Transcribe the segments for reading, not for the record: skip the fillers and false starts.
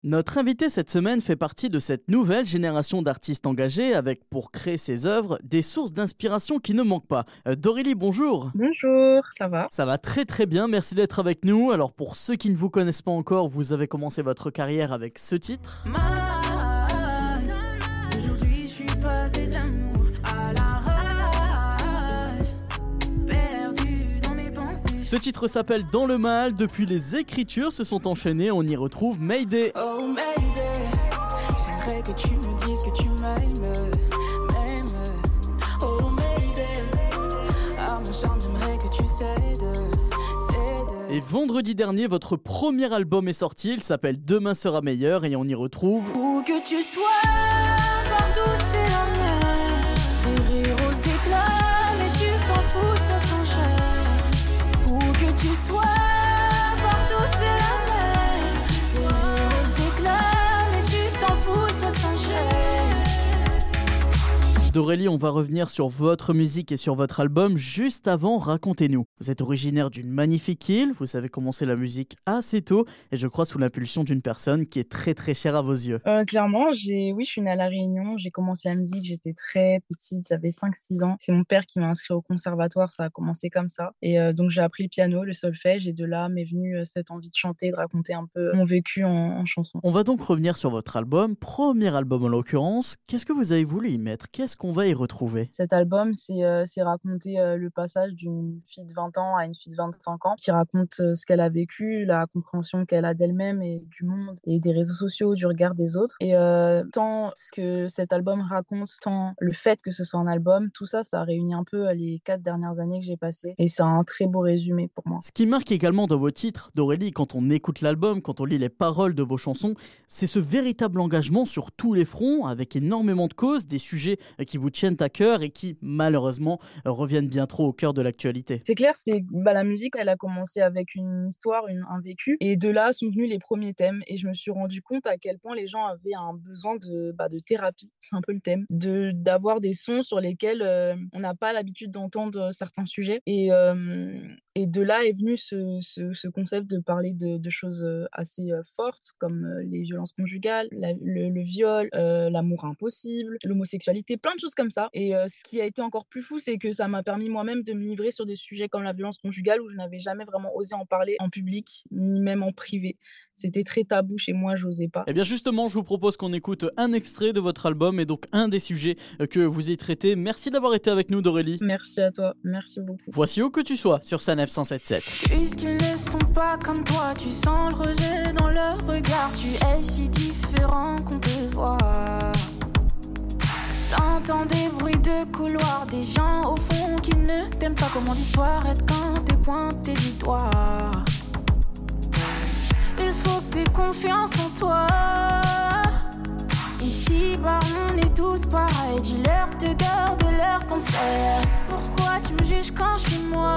Notre invité cette semaine fait partie de cette nouvelle génération d'artistes engagés avec, pour créer ses œuvres, des sources d'inspiration qui ne manquent pas. Dorélie, bonjour. Bonjour, ça va? Ça va très très bien, merci d'être avec nous. Alors pour ceux qui ne vous connaissent pas encore, vous avez commencé votre carrière avec ce titre. Aujourd'hui je suis passé de l'amour à la rage, perdu dans mes pensées. Ce titre s'appelle Dans le mal. Depuis, les écritures se sont enchaînées. On y retrouve Mayday. Oh Mayday, j'aimerais que tu me dises que tu m'aimes. Oh Mayday, à mon charme j'aimerais que tu cèdes. Et vendredi dernier, votre premier album est sorti. Il s'appelle Demain sera meilleur et on y retrouve... Où que tu sois, partout c'est la mer. Tes rires aux éclats, mais tu t'en fous, ça s'enchaîne. Où que tu sois, partout c'est la mer. Tes rires aux éclats, mais tu t'en fous, ça s'enchaîne. Dorélie, on va revenir sur votre musique et sur votre album. Juste avant, racontez-nous. Vous êtes originaire d'une magnifique île, vous avez commencé la musique assez tôt, et je crois sous l'impulsion d'une personne qui est très très chère à vos yeux. Clairement, je suis née à La Réunion, j'ai commencé la musique, j'étais très petite, j'avais 5-6 ans. C'est mon père qui m'a inscrit au conservatoire, ça a commencé comme ça. Et donc j'ai appris le piano, le solfège, et de là m'est venue cette envie de chanter, de raconter un peu mon vécu en chanson. On va donc revenir sur votre album, premier album en l'occurrence. Qu'est-ce que vous avez voulu y mettre? Qu'est-ce qu'on va y retrouver? Cet album, c'est raconter le passage d'une fille de 20 ans à une fille de 25 ans, qui raconte ce qu'elle a vécu, la compréhension qu'elle a d'elle-même et du monde, et des réseaux sociaux, du regard des autres. Et tant ce que cet album raconte, tant le fait que ce soit un album, tout ça, ça a réuni un peu les 4 dernières années que j'ai passées. Et c'est un très beau résumé pour moi. Ce qui marque également dans vos titres, Dorélie, quand on écoute l'album, quand on lit les paroles de vos chansons, c'est ce véritable engagement sur tous les fronts, avec énormément de causes, des sujets qui vous tiennent à cœur et qui, malheureusement, reviennent bien trop au cœur de l'actualité. C'est clair, la musique, elle a commencé avec une histoire, un vécu, et de là sont venus les premiers thèmes, et je me suis rendu compte à quel point les gens avaient un besoin de thérapie, c'est un peu le thème, d'avoir des sons sur lesquels on n'a pas l'habitude d'entendre certains sujets, et de là est venu ce concept de parler de choses assez fortes, comme les violences conjugales, le viol, l'amour impossible, l'homosexualité, plein de choses comme ça. Et ce qui a été encore plus fou, c'est que ça m'a permis moi-même de me livrer sur des sujets comme la violence conjugale, où je n'avais jamais vraiment osé en parler en public, ni même en privé. C'était très tabou chez moi, j'osais pas. Et bien justement, je vous propose qu'on écoute un extrait de votre album et donc un des sujets que vous y traitez. Merci d'avoir été avec nous, Dorélie. Merci à toi, merci beaucoup. Voici Où que tu sois sur Sanef 107.7. Puisqu'ils ne sont pas comme toi, tu sens le rejet dans leur regard. Tu es si différent qu'on te voit. T'entends des bruits de couloir, des gens au fond qui ne t'aiment pas. Comment disparaître quand t'es pointé du doigt? Il faut que t'aies confiance en toi. Ici, on est tous pareils. Dis-leur de garder leurs conseils. Pourquoi tu me juges quand je suis moi?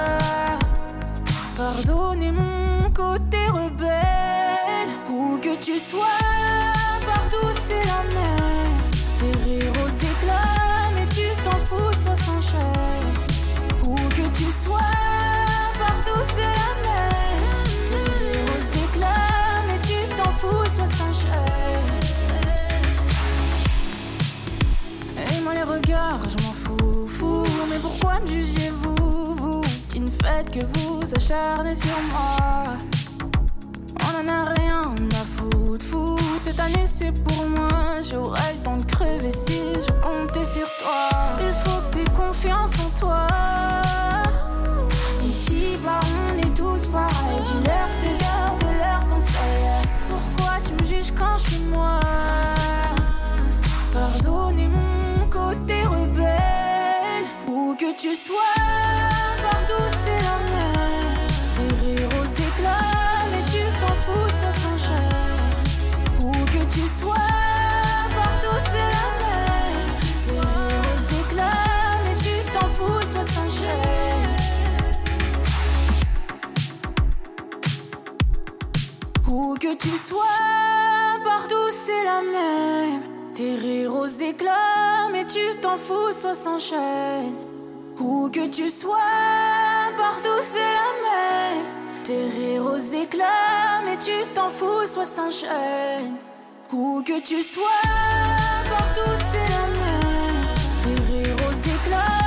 Pardonnez mon côté rebelle. Où que tu sois, partout c'est la même. Tes rires aux éclats, mais tu t'en fous, ça s'enchaîne. Où que tu sois, partout c'est la même. Tes rires aux éclats, mais tu t'en fous, ça s'enchaîne. Et moi les regards, je m'en fous. Mais pourquoi me jugez-vous, vous qui ne faites que vous acharner sur moi? On en a rien à foutre. Cette année c'est pour moi. J'aurai le temps de crever si je comptais sur toi. Il faut que t'aies confiance en toi. Ici on est tous pareils. Dis-leur de garder leurs conseils. Pourquoi tu me juges quand je suis moi? Pardonnez mon côté rebelle. Où que tu sois, partout c'est la même. Tes rires aux éclats, mais tu t'en fous, ça s'enchaîne. Où que tu sois, partout c'est la même. Tes rires aux éclats, mais tu t'en fous, ça s'enchaîne. Où que tu sois, partout c'est la même. Tes rires aux éclats, mais tu t'en fous, ça s'enchaîne. Où que tu sois, partout c'est la même. Tes rires aux éclats, mais tu t'en fous, sois sans chaîne. Où que tu sois, partout c'est la même. Tes rires aux éclats.